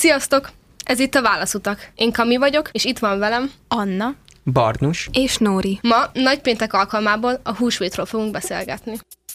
Sziasztok! Ez itt a Válaszutak. Én Kami vagyok, és itt van velem Anna, Barnus és Nóri. Ma nagypéntek alkalmából a húsvétről fogunk beszélgetni.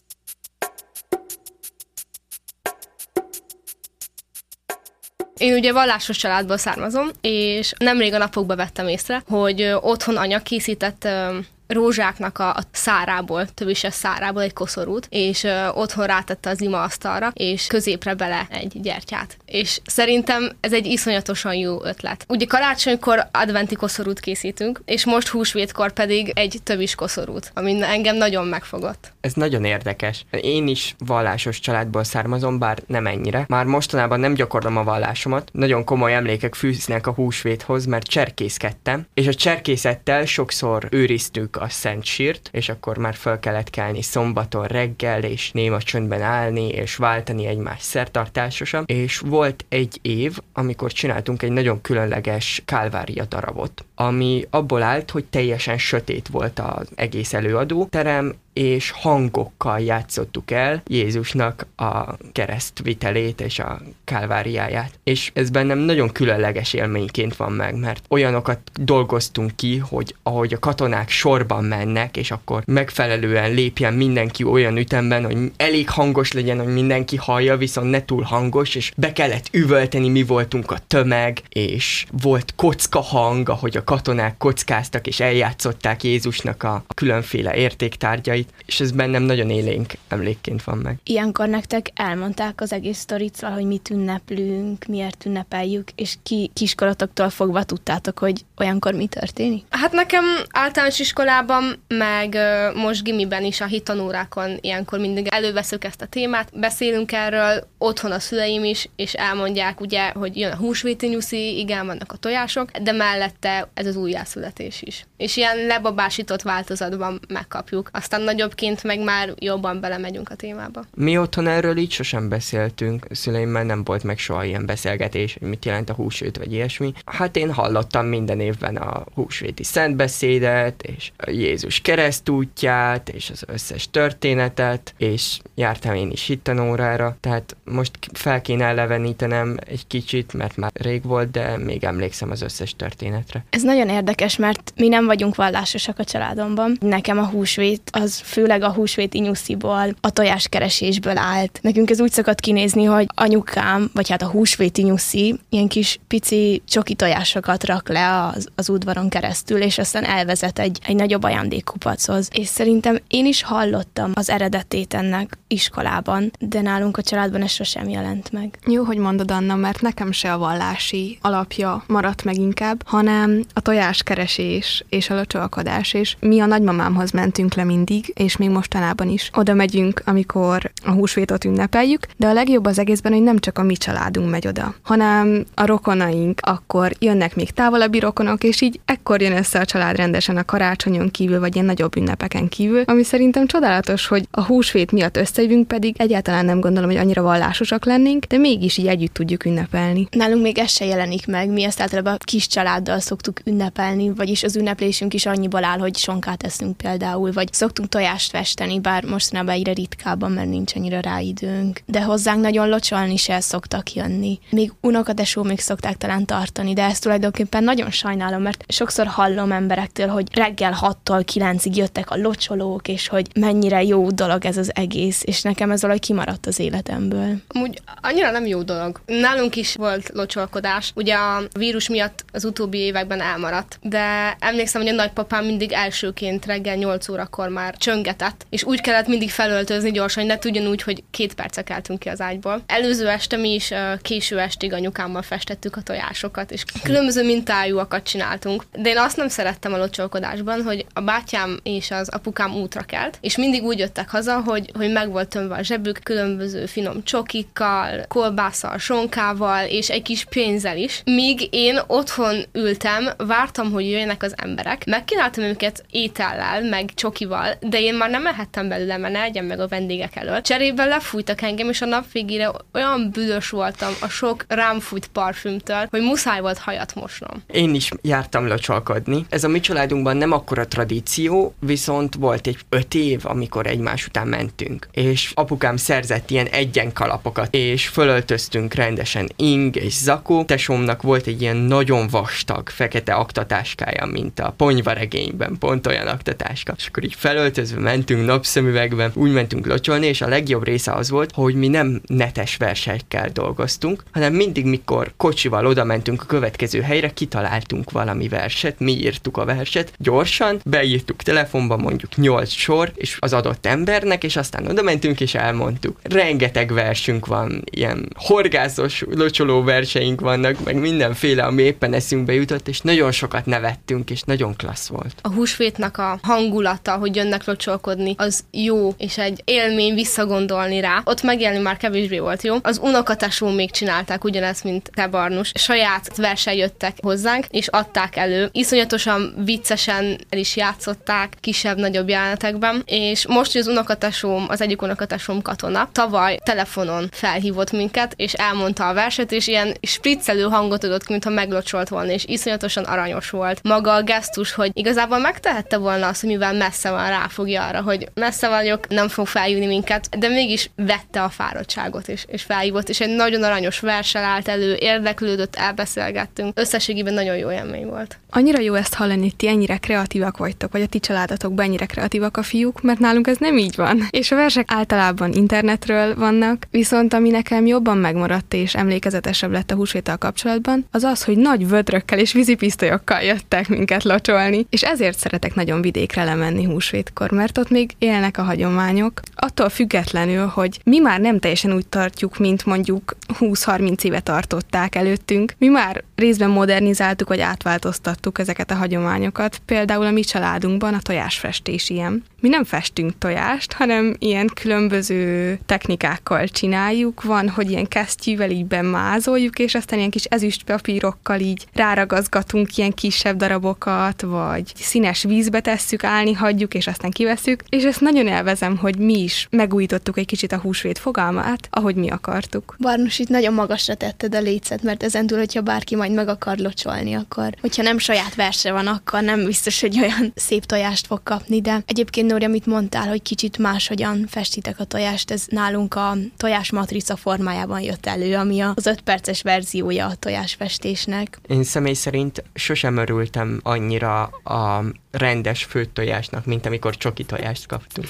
Én ugye vallásos családból származom, és nemrég a napokban vettem észre, hogy otthon anya készített rózsáknak a szárából, többis szárából egy koszorút, és otthon rátette az imaasztalra, és középre bele egy gyertyát. És szerintem ez egy iszonyatosan jó ötlet. Ugye karácsonykor adventi koszorút készítünk, és most húsvétkor pedig egy többis koszorút, ami engem nagyon megfogott. Ez nagyon érdekes. Én is vallásos családból származom, bár nem ennyire. Már mostanában nem gyakorlom a vallásomat. Nagyon komoly emlékek fűznek a húsvéthoz, mert cserkészkedtem, és a cserkészettel sokszor őriztük a Szent Sírt, és akkor már fel kellett kelni szombaton reggel, és néma csöndben állni, és váltani egymás szertartásosan, és volt egy év, amikor csináltunk egy nagyon különleges kálvária darabot, ami abból állt, hogy teljesen sötét volt az egész előadóterem, és hangokkal játszottuk el Jézusnak a keresztvitelét és a kálváriáját. És ez bennem nagyon különleges élményként van meg, mert olyanokat dolgoztunk ki, hogy ahogy a katonák sorban mennek, és akkor megfelelően lépjen mindenki olyan ütemben, hogy elég hangos legyen, hogy mindenki hallja, viszont ne túl hangos, és be kellett üvölteni, mi voltunk a tömeg, és volt kocka hang, ahogy a katonák kockáztak, és eljátszották Jézusnak a különféle értéktárgyait, és ez bennem nagyon élénk emlékként van meg. Ilyenkor nektek elmondták az egész sztorit, hogy mit ünneplünk, miért ünnepeljük, és kiskoratoktól fogva tudtátok, hogy olyankor mi történik? Hát nekem általános iskolában, meg most gimiben is a hittanórákon ilyenkor mindig előveszük ezt a témát, beszélünk erről, otthon a szüleim is, és elmondják ugye, hogy jön a húsvéti nyuszi, igen, vannak a tojások, de mellette ez az újjászületés is. És ilyen lebabásított változatban megkapjuk. Aztán nagyobbként meg már jobban belemegyünk a témába. Mi otthon erről így sosem beszéltünk, szüleimmel nem volt meg soha ilyen beszélgetés, hogy mit jelent a húsvét, vagy ilyesmi. Hát én hallottam minden évben a húsvéti szentbeszédet, és a Jézus keresztútját, és az összes történetet, és jártam én is hittanórára, tehát most fel kéne elevenítenem egy kicsit, mert már rég volt, de még emlékszem az összes történetre. Ez nagyon érdekes, mert mi nem vagyunk vallásosak a családomban. Nekem a húsvét az főleg a húsvéti nyusziból, a tojáskeresésből állt. Nekünk ez úgy szokott kinézni, hogy anyukám, vagy hát a húsvéti nyuszi ilyen kis pici csoki tojásokat rak le az udvaron keresztül, és aztán elvezet egy nagyobb ajándékkupachoz. És szerintem én is hallottam az eredetét ennek iskolában, de nálunk a családban ez sosem jelent meg. Jó, hogy mondod, Anna, mert nekem se a vallási alapja maradt meg inkább, hanem a tojáskeresés és a locsolkodás, és mi a nagymamámhoz mentünk le mindig, és még mostanában is. Oda megyünk, amikor a húsvétot ünnepeljük, de a legjobb az egészben, hogy nem csak a mi családunk megy oda, hanem a rokonaink, akkor jönnek még távolabbi rokonok, és így ekkor jön össze a család rendesen a karácsonyon kívül, vagy ilyen nagyobb ünnepeken kívül, ami szerintem csodálatos, hogy a húsvét miatt összejövünk, pedig egyáltalán nem gondolom, hogy annyira vallásosak lennénk, de mégis így együtt tudjuk ünnepelni. Nálunk még ez se jelenik meg, mi ezt általában kis családdal szoktuk ünnepelni, vagyis az ünneplésünk is annyiból áll, hogy sonkát eszünk például, vagy szoktunk tojást festeni, bár mostanában egyre ritkábban, mert nincs annyira rá időnk. De hozzánk nagyon locsolni se szoktak jönni. Még unokatesó még szokták talán tartani, de ezt tulajdonképpen nagyon sajnálom, mert sokszor hallom emberektől, hogy reggel 6-tól 9-ig jöttek a locsolók, és hogy mennyire jó dolog ez az egész, és nekem ez valahogy kimaradt az életemből. Amúgy annyira nem jó dolog. Nálunk is volt locsolkodás. Ugye a vírus miatt az utóbbi években elmaradt, de emlékszem, hogy a nagypapám mindig elsőként reggel 8 órakor már csöngetett, és úgy kellett mindig felöltözni gyorsan, hogy ne tudjon úgy, hogy 2 perce keltünk ki az ágyból. Előző este mi is késő estig anyukámmal festettük a tojásokat, és különböző mintájúakat csináltunk. De én azt nem szerettem a locsolkodásban, hogy a bátyám és az apukám útra kelt, és mindig úgy jöttek haza, hogy meg volt tömve a zsebük különböző finom csokikkal, kolbásszal, sonkával, és egy kis pénzzel is. Míg én otthon ültem, vártam, hogy jöjjenek az emberek, megkínáltam őket étellel, meg csokival, de de én már nem ehettem belőle, mert ne egyen meg a vendégek előtt. Cserébe lefújtak engem, és a nap végére olyan büdös voltam a sok rám fújt parfümtől, hogy muszáj volt hajat mosnom. Én is jártam locsolkodni. Ez a mi családunkban nem akkora tradíció, viszont volt egy 5 év, amikor egymás után mentünk. És apukám szerzett ilyen egyenkalapokat, és fölöltöztünk rendesen ing és zakó. Tesómnak volt egy ilyen nagyon vastag, fekete aktatáskája, mint a ponyvaregényben, pont olyan aktatáska. És akkor így felöltözve mentünk napszemüvegben, úgy mentünk locsolni, és a legjobb része az volt, hogy mi nem netes versekkel dolgoztunk, hanem mindig, mikor kocsival oda mentünk a következő helyre, kitaláltunk valami verset, mi írtuk a verset, gyorsan, beírtuk telefonba mondjuk 8 sor, és az adott embernek, és aztán oda mentünk, és elmondtuk. Rengeteg versünk van, ilyen horgászos locsoló verseink vannak, meg mindenféle, ami éppen eszünkbe jutott, és nagyon sokat nevettünk, és nagyon klassz volt. A húsvétnak a hangulata, hogy jönnek locsolkodni, az jó, és egy élmény visszagondolni rá. Ott megélni már kevésbé volt jó. Az unokatesó még csinálták ugyanezt, mint te, Barnus. Saját versen jöttek hozzánk, és adták elő. Iszonyatosan viccesen el is játszották kisebb-nagyobb jelenetekben, és most, hogy az unokatesóm, az egyik unokatesóm katona, tavaly telefonon felhívott minket, és elmondta a verset, és ilyen spriccelő hangot adott, mintha meglocsolt volna, és iszonyatosan aranyos volt. Maga a gesztus, hogy igazából megtehette volna azt, hogy mivel messze van, ráfogja arra, hogy messze vagyok, nem fog felhívni minket, de mégis vette a fáradtságot, és felhívott, és egy nagyon aranyos verssel állt elő, érdeklődött, elbeszélgettünk. Összességében nagyon jó élmény volt. Annyira jó ezt hallani, hogy ti ennyire kreatívak vagytok, vagy a ti családotokban ennyire kreatívak a fiúk, mert nálunk ez nem így van. És a versek általában internetről vannak, viszont ami nekem jobban megmaradt és emlékezetesebb lett a húsvéttel kapcsolatban, az az, hogy nagy vödrökkel és vízipisztolyokkal jöttek minket locsolni, és ezért szeretek nagyon vidékre lemenni húsvétkor, mert ott még élnek a hagyományok. Attól függetlenül, hogy mi már nem teljesen úgy tartjuk, mint mondjuk 20-30 éve tartották előttünk. Mi már részben modernizáltuk, vagy átváltoztattuk ezeket a hagyományokat. Például a mi családunkban a tojásfestés ilyen. Mi nem festünk tojást, hanem ilyen különböző technikákkal csináljuk. Van, hogy ilyen kesztyűvel így bemázoljuk, és aztán ilyen kis ezüstpapírokkal így ráragazgatunk ilyen kisebb darabokat, vagy színes vízbe tesszük, állni hagyjuk, és aztán kiveszünk. És ezt nagyon élvezem, hogy mi is megújítottuk egy kicsit a húsvét fogalmát, ahogy mi akartuk. Barnus, itt nagyon magasra tetted a lécet, mert ezentúl, hogyha bárki majd meg akar locsolni, akkor, hogyha nem saját verse van, akkor nem biztos, hogy olyan szép tojást fog kapni, de egyébként, Nóri, amit mondtál, hogy kicsit máshogyan festitek a tojást, ez nálunk a tojás matrica formájában jött elő, ami az 5 perces verziója a tojásfestésnek. Én személy szerint sosem örültem annyira a rendes főtt tojásnak, mint amikor csoki tojást kaptunk.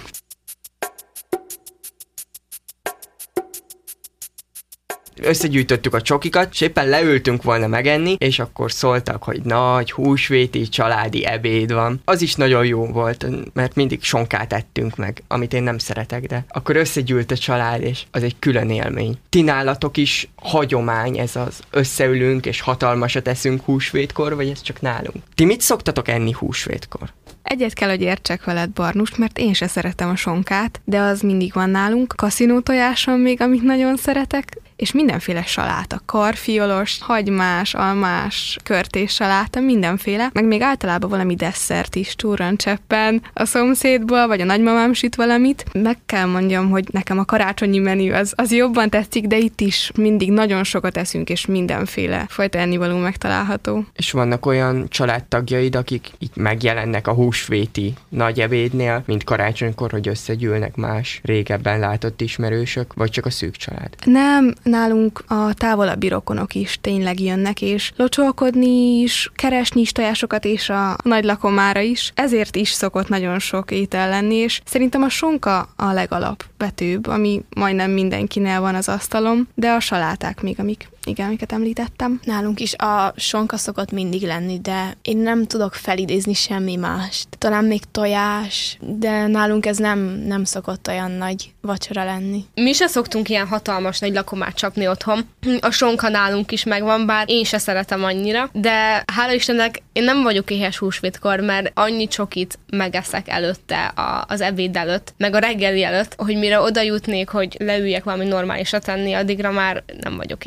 Összegyűjtöttük a csokikat, és éppen leültünk volna megenni, és akkor szóltak, hogy nagy húsvéti családi ebéd van. Az is nagyon jó volt, mert mindig sonkát ettünk meg, amit én nem szeretek, de akkor összegyűlt a család, és az egy külön élmény. Ti nálatok is hagyomány ez az összeülünk, és hatalmasat eszünk húsvétkor, vagy ez csak nálunk? Ti mit szoktatok enni húsvétkor? Egyet kell, hogy értsek veled, Barnus, mert én se szeretem a sonkát, de az mindig van nálunk. Kaszinó tojáson még, amit nagyon szeretek, és mindenféle saláta, karfiolos, hagymás, almás, körtés saláta, mindenféle, meg még általában valami desszert is, csúrancseppen a szomszédból, vagy a nagymamám süt valamit. Meg kell mondjam, hogy nekem a karácsonyi menü az jobban tetszik, de itt is mindig nagyon sokat eszünk, és mindenféle fajta ennivaló megtalálható. És vannak olyan családtagjaid, akik itt megjelennek a húsvéti nagy ebédnél, mint karácsonykor, hogy összegyűlnek más régebben látott ismerősök, vagy csak a szűk család? Nem, nálunk a távolabbi rokonok is tényleg jönnek, és locsolkodni is, keresni is tojásokat, és a nagy lakomára is. Ezért is szokott nagyon sok étel lenni, és szerintem a sonka a legalapvetőbb, ami majdnem mindenkinél van az asztalon, de a saláták még, amiket említettem. Nálunk is a sonka szokott mindig lenni, de én nem tudok felidézni semmi mást. Talán még tojás, de nálunk ez nem szokott olyan nagy vacsora lenni. Mi se szoktunk ilyen hatalmas nagy lakomát csapni otthon. A sonka nálunk is megvan, bár én se szeretem annyira, de hála Istennek én nem vagyok éhes húsvétkor, mert annyi csokit megeszek előtte, az ebéd előtt, meg a reggeli előtt, hogy mire oda jutnék, hogy leüljek valami normálisat tenni, addigra már nem vagyok éhes.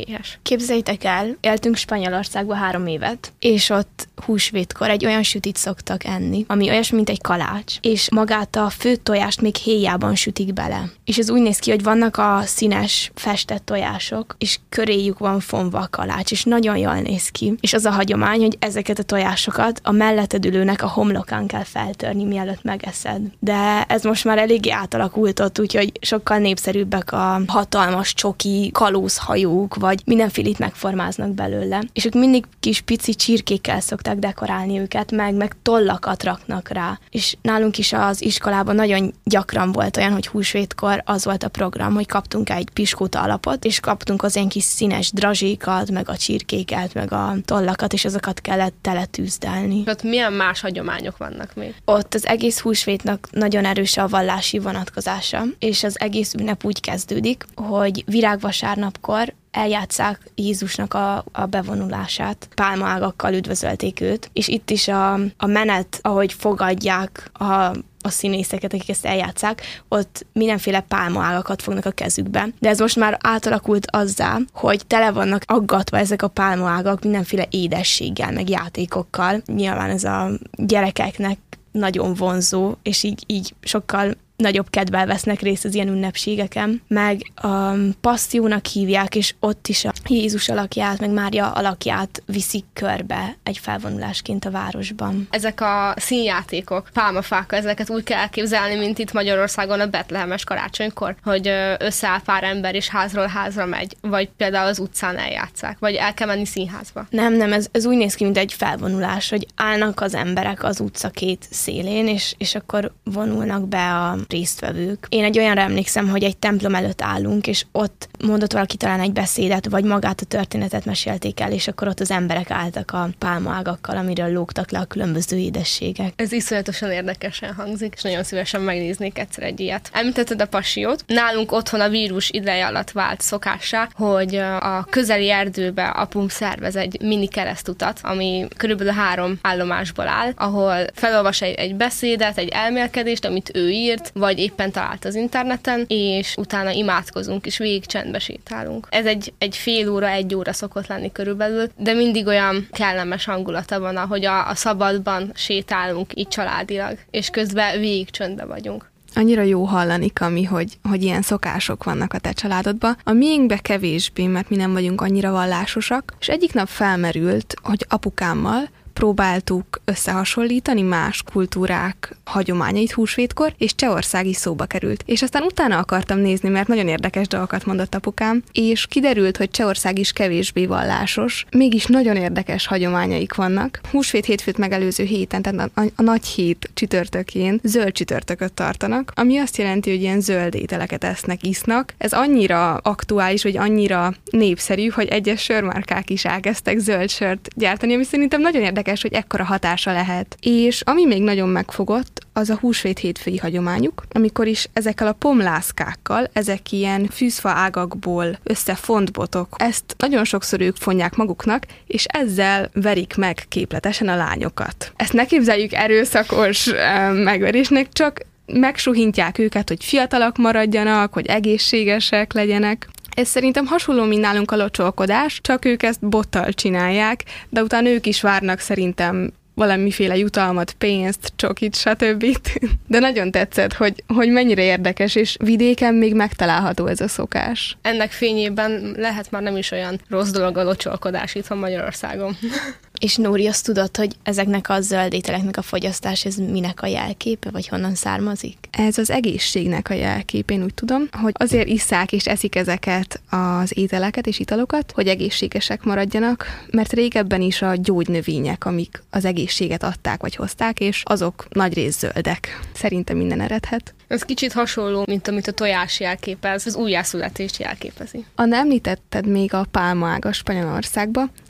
Képzeljétek el, éltünk Spanyolországban 3 évet, és ott húsvétkor egy olyan sütit szoktak enni, ami olyasmi, mint egy kalács, és magát a főtt tojást még héjában sütik bele. És ez úgy néz ki, hogy vannak a színes festett tojások, és köréjük van fonva a kalács, és nagyon jól néz ki. És az a hagyomány, hogy ezeket a tojásokat a melletted ülőnek a homlokán kell feltörni, mielőtt megeszed. De ez most már eléggé átalakult ott, úgyhogy sokkal népszerűbbek a hatalmas csoki, kalózhajók, vagy mindenfélét megformáznak belőle. És ők mindig kis pici csirkékkel szokták dekorálni őket, meg tollakat raknak rá. És nálunk is az iskolában nagyon gyakran volt olyan, hogy húsvétkor az volt a program, hogy kaptunk egy piskóta alapot, és kaptunk az ilyen kis színes drazsékat, meg a csirkéket, meg a tollakat, és azokat kellett teletűzdelni. Ott milyen más hagyományok vannak még? Ott az egész húsvétnak nagyon erős a vallási vonatkozása, és az egész ünnep úgy kezdődik, hogy virágvasárnapkor eljátsszák Jézusnak a bevonulását. Pálmaágakkal üdvözölték őt, és itt is a menet, ahogy fogadják a színészeket, akik ezt eljátsszák, ott mindenféle pálmaágakat fognak a kezükbe. De ez most már átalakult azzá, hogy tele vannak aggatva ezek a pálmaágak mindenféle édességgel, meg játékokkal. Nyilván ez a gyerekeknek nagyon vonzó, és így sokkal nagyobb kedvel vesznek részt az ilyen ünnepségeken, meg passziónak hívják, és ott is a Jézus alakját, meg Mária alakját viszik körbe egy felvonulásként a városban. Ezek a színjátékok, pálmafák, ezeket úgy kell elképzelni, mint itt Magyarországon a betlehemes karácsonykor, hogy összeáll pár ember és házról házra megy, vagy például az utcán eljátszák, vagy el kell menni színházba. Nem, ez úgy néz ki, mint egy felvonulás, hogy állnak az emberek az utca két szélén, és akkor vonulnak be a résztvevők. Én egy olyanra emlékszem, hogy egy templom előtt állunk, és ott mondott valaki talán egy beszédet, vagy magát a történetet mesélték el, és akkor ott az emberek álltak a pálmaágakkal, amiről lógtak le a különböző édességek. Ez iszonyatosan érdekesen hangzik, és nagyon szívesen megnéznék egyszer egy ilyet. Említetted a pasiót. Nálunk otthon a vírus ideje alatt vált szokássá, hogy a közeli erdőbe apum szervez egy mini keresztutat, ami körülbelül 3 állomásból áll, ahol felolvas egy beszédet, egy elmélkedést, amit ő írt, vagy éppen talált az interneten, és utána imádkozunk, és végig csendbe sétálunk. Ez egy fél óra, 1 óra szokott lenni körülbelül, de mindig olyan kellemes hangulata van, ahogy a szabadban sétálunk így családilag, és közben végig csöndbe vagyunk. Annyira jó hallani, Kami, hogy ilyen szokások vannak a te családodban. A miénkbe kevésbé, mert mi nem vagyunk annyira vallásosak, és egyik nap felmerült, hogy apukámmal próbáltuk összehasonlítani más kultúrák hagyományait húsvétkor, és Csehország is szóba került. És aztán utána akartam nézni, mert nagyon érdekes dolgokat mondott apukám, és kiderült, hogy Csehország is kevésbé vallásos, mégis nagyon érdekes hagyományaik vannak. Húsvét hétfőt megelőző héten, tehát a nagy hét csütörtökén zöld csütörtököt tartanak, ami azt jelenti, hogy ilyen zöld ételeket esznek, isznak. Ez annyira aktuális, vagy annyira népszerű, hogy egyes sörmárkák is elkezdtek zöld sört gyártani, ami szerintem nagyon érdekes, hogy ekkora hatása lehet. És ami még nagyon megfogott, az a húsvét hétfői hagyományuk, amikor is ezekkel a pomlászkákkal, ezek ilyen fűzfa ágakból összefont botok, ezt nagyon sokszor ők fonják maguknak, és ezzel verik meg képletesen a lányokat. Ezt ne képzeljük erőszakos megverésnek, csak megsuhintják őket, hogy fiatalak maradjanak, hogy egészségesek legyenek. Ez szerintem hasonló, mint nálunk a locsolkodás, csak ők ezt bottal csinálják, de utána ők is várnak szerintem valamiféle jutalmat, pénzt, csokit, stb. De nagyon tetszett, hogy mennyire érdekes, és vidéken még megtalálható ez a szokás. Ennek fényében lehet már nem is olyan rossz dolog a locsolkodás itthon Magyarországon. És Nóri, azt tudod, hogy ezeknek a zöld ételeknek a fogyasztás, ez minek a jelképe, vagy honnan származik? Ez az egészségnek a jelkép, én úgy tudom, hogy azért isszák és eszik ezeket az ételeket és italokat, hogy egészségesek maradjanak, mert régebben is a gyógynövények, amik az egészséget adták vagy hozták, és azok nagyrészt zöldek. Szerintem minden eredhet. Ez kicsit hasonló, mint amit a tojás jelképez, az újjászületést jelképezi. Anna, említetted még a pálmaágas Spanyolországba.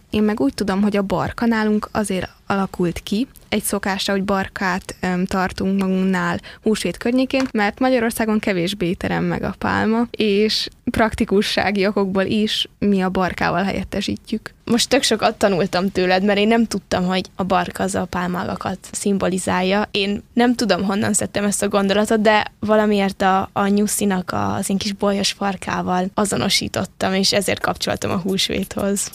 Én meg úgy tudom, hogy a barka nálunk azért alakult ki, egy szokásra, hogy barkát tartunk magunknál húsvét környékén, mert Magyarországon kevésbé terem meg a pálma, és praktikussági okokból is mi a barkával helyettesítjük. Most tök sokat tanultam tőled, mert én nem tudtam, hogy a barka az a pálmágakat szimbolizálja. Én nem tudom, honnan szedtem ezt a gondolatot, de valamiért a nyuszinak az én kis bolyos farkával azonosítottam, és ezért kapcsoltam a húsvéthoz.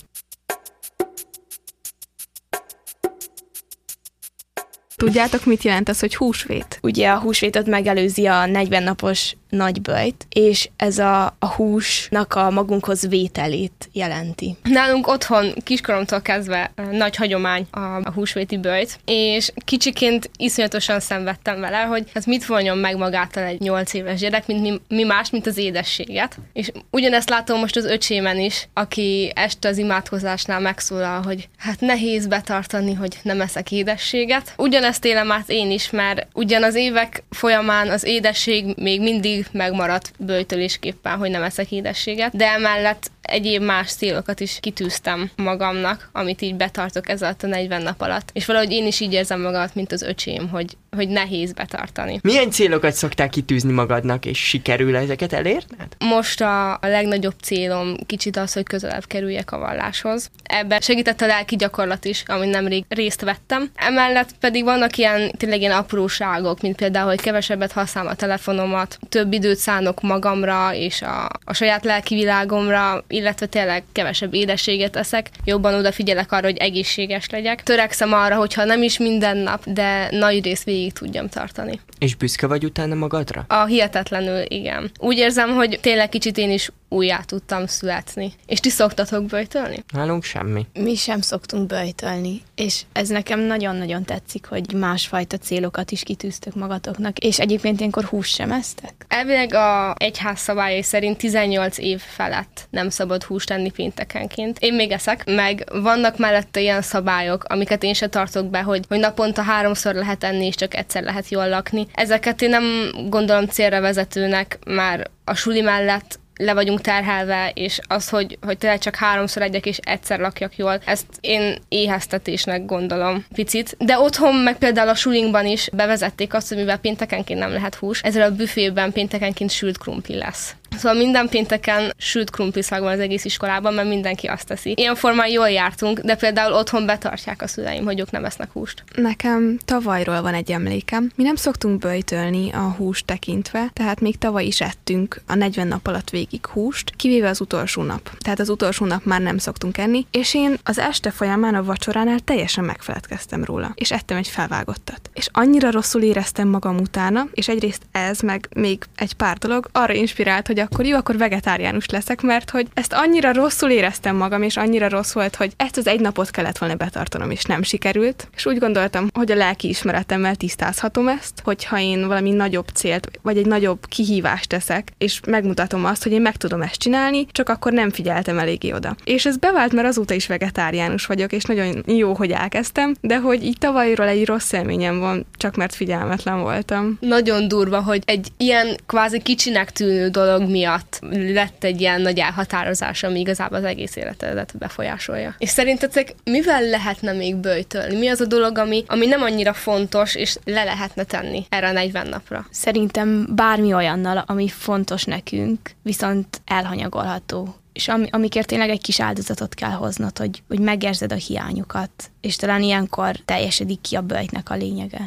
Tudjátok, mit jelent az, hogy húsvét? Ugye a húsvétot megelőzi a 40 napos nagyböjt, és ez a húsnak a magunkhoz vételét jelenti. Nálunk otthon kiskoromtól kezdve nagy hagyomány a húsvéti böjt, és kicsiként iszonyatosan szenvedtem vele, hogy hát mit vonjon meg magától egy 8 éves gyerek, mint mi más, mint az édességet. És ugyanezt látom most az öcsémen is, aki este az imádkozásnál megszólal, hogy hát nehéz betartani, hogy nem eszek édességet. Ugyanezt élem át én is, mert ugyan az évek folyamán az édesség még mindig megmaradt böjtölésképpen, hogy nem eszek édességet, de emellett egyéb más célokat is kitűztem magamnak, amit így betartok ez alatt a 40 nap alatt. És valahogy én is így érzem magamat, mint az öcsém, hogy nehéz betartani. Milyen célokat szoktál kitűzni magadnak, és sikerül ezeket elérned? Most a legnagyobb célom kicsit az, hogy közelebb kerüljek a valláshoz. Ebben segített a lelki gyakorlat is, amin nemrég részt vettem. Emellett pedig vannak tényleg ilyen apróságok, mint például, hogy kevesebbet használom a telefonomat, több időt szánok magamra és a saját lelki világomra, illetve tényleg kevesebb édességet eszek, jobban odafigyelek arra, hogy egészséges legyek. Törekszem arra, hogyha nem is minden nap, de nagy rész végig tudjam tartani. És büszke vagy utána magadra? Hihetetlenül, igen. Úgy érzem, hogy tényleg kicsit én is újjá tudtam születni. És ti szoktatok böjtölni? Nálunk semmi. Mi sem szoktunk böjtölni, és ez nekem nagyon-nagyon tetszik, hogy másfajta célokat is kitűztök magatoknak, és egyébként ilyenkor húst sem esztek? Elvileg a egyház szabályai szerint 18 év felett nem szabad húst enni péntekenként. Én még eszek, meg vannak mellette ilyen szabályok, amiket én se tartok be, hogy naponta 3-szor lehet enni, és csak egyszer lehet jól lakni. Ezeket én nem gondolom célra vezetőnek, már a suli mellett le vagyunk terhelve, és az, hogy tényleg csak 3-szor egyek és egyszer lakjak jól, ezt én éheztetésnek gondolom picit. De otthon, meg például a sulinkban is bevezették azt, hogy mivel péntekenként nem lehet hús, ezzel a büfében péntekenként sült krumpli lesz. Szóval minden pénteken sült krumpliszag van az egész iskolában, mert mindenki azt teszi. Ilyen formán jól jártunk, de például otthon betartják a szüleim, hogy ők nem esznek húst. Nekem tavalyról van egy emlékem. Mi nem szoktunk böjtölni a húst tekintve, tehát még tavaly is ettünk a 40 nap alatt végig húst, kivéve az utolsó nap. Tehát az utolsó nap már nem szoktunk enni, és én az este folyamán a vacsoránál teljesen megfeledkeztem róla, és ettem egy felvágottat. És annyira rosszul éreztem magam utána, és egyrészt ez, meg még egy pár dolog arra inspirált, hogy akkor vegetáriánus leszek, mert hogy ezt annyira rosszul éreztem magam, és annyira rossz volt, hogy ezt az egy napot kellett volna betartanom, és nem sikerült. És úgy gondoltam, hogy a lelki ismeretemmel tisztázhatom ezt, hogyha én valami nagyobb célt, vagy egy nagyobb kihívást teszek, és megmutatom azt, hogy én meg tudom ezt csinálni, csak akkor nem figyeltem eléggé oda. És ez bevált, mert azóta is vegetáriánus vagyok, és nagyon jó, hogy elkezdtem, de hogy így tavalyról egy rossz élményem van, csak mert figyelmetlen voltam. Nagyon durva, hogy egy ilyen kvázi kicsinek tűnő dolog miatt lett egy ilyen nagy elhatározás, ami igazából az egész életedet befolyásolja. És szerintetek mivel lehetne még böjtölni? Mi az a dolog, ami nem annyira fontos, és le lehetne tenni erre a 40 napra? Szerintem bármi olyannal, ami fontos nekünk, viszont elhanyagolható. És amikért tényleg egy kis áldozatot kell hoznod, hogy megérzed a hiányokat, és talán ilyenkor teljesedik ki a böjtnek a lényege.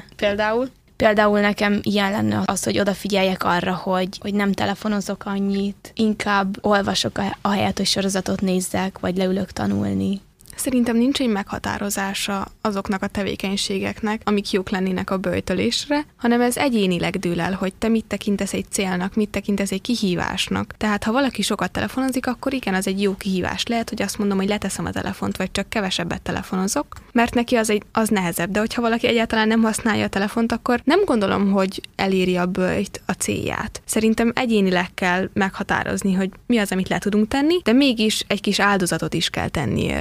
Például nekem ilyen lenne az, hogy odafigyeljek arra, hogy nem telefonozok annyit, inkább olvasok ahelyett, hogy sorozatot nézzek, vagy leülök tanulni. Szerintem nincs egy meghatározása azoknak a tevékenységeknek, amik jók lennének a böjtölésre, hanem ez egyénileg dől el, hogy te mit tekintesz egy célnak, mit tekintesz egy kihívásnak. Tehát ha valaki sokat telefonozik, akkor igen, az egy jó kihívás. Lehet, hogy azt mondom, hogy leteszem a telefont, vagy csak kevesebbet telefonozok, mert neki az nehezebb. De hogyha valaki egyáltalán nem használja a telefont, akkor nem gondolom, hogy eléri a böjt a célját. Szerintem egyénileg kell meghatározni, hogy mi az, amit le tudunk tenni, de mégis egy kis áldozatot is kell tenni érte.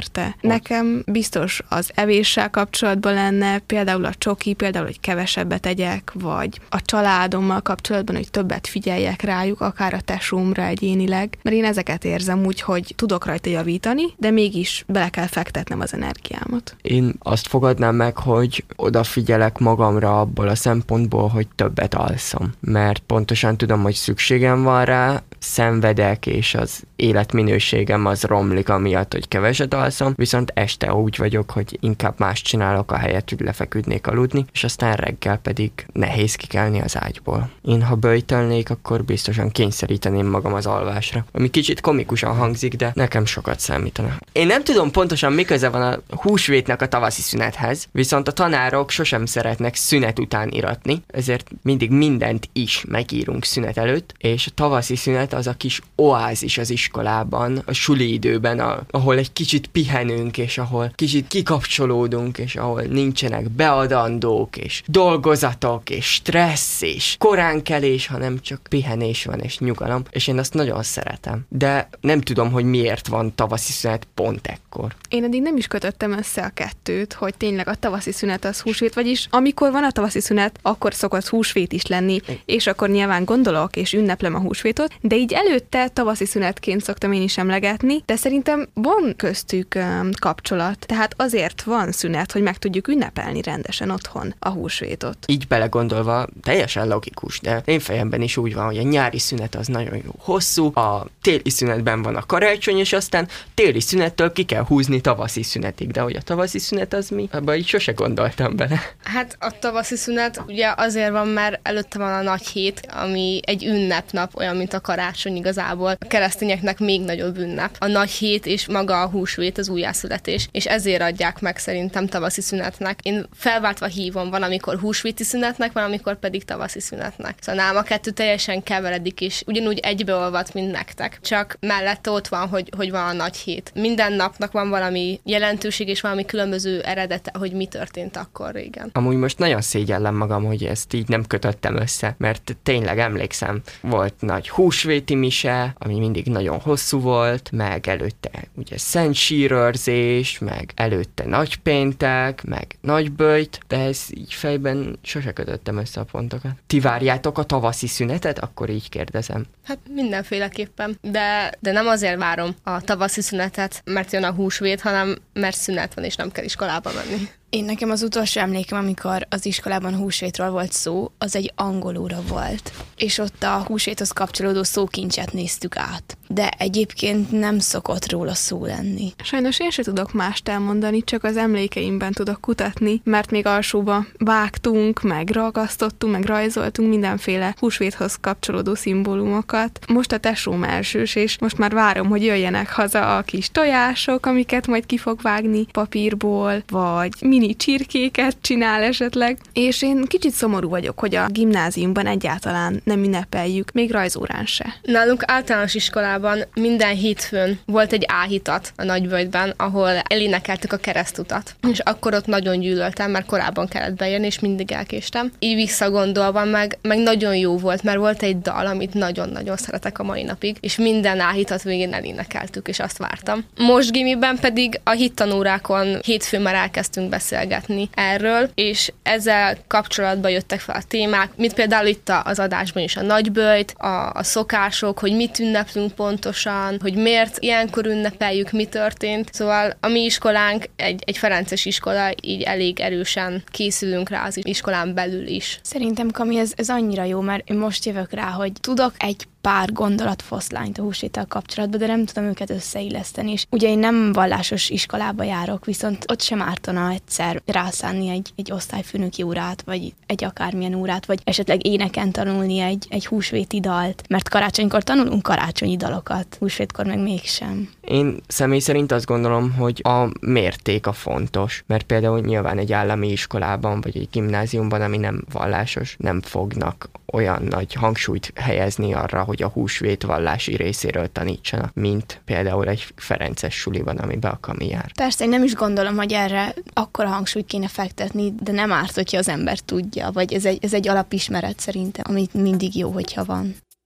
Nekem biztos az evéssel kapcsolatban lenne, például a csoki, például, hogy kevesebbet egyek, vagy a családommal kapcsolatban, hogy többet figyeljek rájuk, akár a tesómra egyénileg, mert én ezeket érzem úgy, hogy tudok rajta javítani, de mégis bele kell fektetnem az energiámat. Én azt fogadnám meg, hogy odafigyelek magamra abból a szempontból, hogy többet alszom, mert pontosan tudom, hogy szükségem van rá, szenvedek, és az életminőségem az romlik amiatt, hogy keveset alszom, viszont este úgy vagyok, hogy inkább más csinálok ahelyett, hogy lefeküdnék aludni, és aztán reggel pedig nehéz kikelni az ágyból. Én ha böjtölnék, akkor biztosan kényszeríteném magam az alvásra, ami kicsit komikusan hangzik, de nekem sokat számítana. Én nem tudom pontosan mi köze van a húsvétnek a tavaszi szünethez, viszont a tanárok sosem szeretnek szünet után iratni, ezért mindig mindent is megírunk szünet előtt, és a tavaszi szünet az a kis oázis az iskolában, a suli időben, ahol egy kicsit pihenünk, és ahol kicsit kikapcsolódunk, és ahol nincsenek beadandók, és dolgozatok, és stressz, és koránkelés, hanem csak pihenés van, és nyugalom, és én azt nagyon szeretem. De nem tudom, hogy miért van tavaszi szünet pont ekkor. Én eddig nem is kötöttem össze a kettőt, hogy tényleg a tavaszi szünet az húsvét, vagyis amikor van a tavaszi szünet, akkor szokott húsvét is lenni, és akkor nyilván gondolok, és ünneplem a húsvétot, de így előtte tavaszi szünetként szoktam én is emlegetni, de szerintem van köztük kapcsolat. Tehát azért van szünet, hogy meg tudjuk ünnepelni rendesen otthon a húsvétot. Így belegondolva teljesen logikus, de én fejemben is úgy van, hogy a nyári szünet az nagyon jó hosszú, a téli szünetben van a karácsony, és aztán téli szünettől ki kell húzni tavaszi szünetig, de hogy a tavaszi szünet az mi? Abba így sose gondoltam bele. Hát a tavaszi szünet ugye azért van, mert előtte van a nagy hét, ami egy ünnepnap, olyan, mint a karácsony igazából. A keresztényeknek még nagyobb ünnep. A nagy hét és maga a húsvét, az újjászületés, és ezért adják meg szerintem tavaszi szünetnek. Én felváltva hívom, van, amikor húsvéti szünetnek, van, amikor pedig tavaszi szünetnek. Szóval nálam a kettő teljesen keveredik, és ugyanúgy egybeolvad, mint nektek. Csak mellette ott van, hogy van a nagy hét. Minden napnak van valami jelentőség, és valami különböző eredete, hogy mi történt akkor régen. Amúgy most nagyon szégyellem magam, hogy ezt így nem kötöttem össze, mert tényleg emlékszem, volt nagy húsvéti mise, ami mindig nagyon hosszú volt, meg előtte ugye szent sírőrzés, meg előtte nagypéntek, meg nagyböjt, de ez így fejben sose kötöttem össze a pontokat. Ti várjátok a tavaszi szünetet? Akkor így kérdezem. Hát mindenféleképpen, de nem azért várom a tavaszi szünetet, mert jön a húsvét, hanem mert szünet van, és nem kell iskolába menni. Én nekem az utolsó emlékem, amikor az iskolában húsvétről volt szó, az egy angol óra volt. És ott a húsvéthoz kapcsolódó szókincset néztük át. De egyébként nem szokott róla szó lenni. Sajnos én se tudok mást elmondani, csak az emlékeimben tudok kutatni, mert még alsóba vágtunk, meg ragasztottunk, meg rajzoltunk mindenféle húsvéthoz kapcsolódó szimbólumokat. Most a tesóm elsős, és most már várom, hogy jöjjenek haza a kis tojások, amiket majd ki fog vágni papírból, vagy mini csirkéket csinál esetleg. És én kicsit szomorú vagyok, hogy a gimnáziumban egyáltalán nem ünnepeljük, még rajzórán se. Nálunk általános iskolában minden hétfőn volt egy áhítat a Nagyvölgyben, ahol elénekeltük a keresztutat. És akkor ott nagyon gyűlöltem, mert korábban kellett bejönni, és mindig elkéstem. Így visszagondolva meg nagyon jó volt, mert volt egy dal, amit nagyon-nagyon szeretek a mai napig, és minden áhítat végén elénekeltük, és azt vártam. Most gimiben pedig a hittanórákon hétfőn már elkezdtünk beszélgetni erről, és ezzel kapcsolatban jöttek fel a témák, mint például itt az adásban is a nagyböjt, a szokások, hogy mit ünneplünk pontosan, hogy miért ilyenkor ünnepeljük, mi történt. Szóval a mi iskolánk egy ferences iskola, így elég erősen készülünk rá az iskolán belül is. Szerintem, Kami, ez annyira jó, mert én most jövök rá, hogy tudok egy pár gondolatfoszlányt a húsvéttel kapcsolatban, de nem tudom őket összeilleszteni. És ugye én nem vallásos iskolába járok, viszont ott sem ártana egyszer rászánni egy osztályfőnöki órát, vagy egy akármilyen órát, vagy esetleg éneken tanulni egy húsvéti dalt, mert karácsonykor tanulunk karácsonyi dalokat, húsvétkor meg mégsem. Én személy szerint azt gondolom, hogy a mérték a fontos, mert például nyilván egy állami iskolában, vagy egy gimnáziumban, ami nem vallásos, nem fognak olyan nagy hangsúlyt helyezni arra, hogy a húsvét vallási részéről tanítsanak, mint például egy ferences suliban, amiben a Kami jár. Persze, én nem is gondolom, hogy erre akkora hangsúlyt kéne fektetni, de nem árt, hogyha az ember tudja, vagy ez egy alapismeret szerintem, amit mindig jó, hogyha van.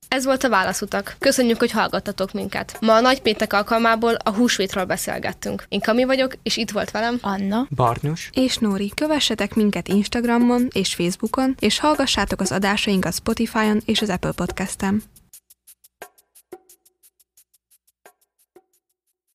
Ez volt a Válaszutak. Köszönjük, hogy hallgattatok minket. Ma a nagypéntek alkalmából a húsvétről beszélgettünk. Én Kami vagyok, és itt volt velem Anna, Barnus és Nóri. Kövessetek minket Instagramon és Facebookon, és hallgassátok az adásainkat Spotify-on és az Apple Podcast-en.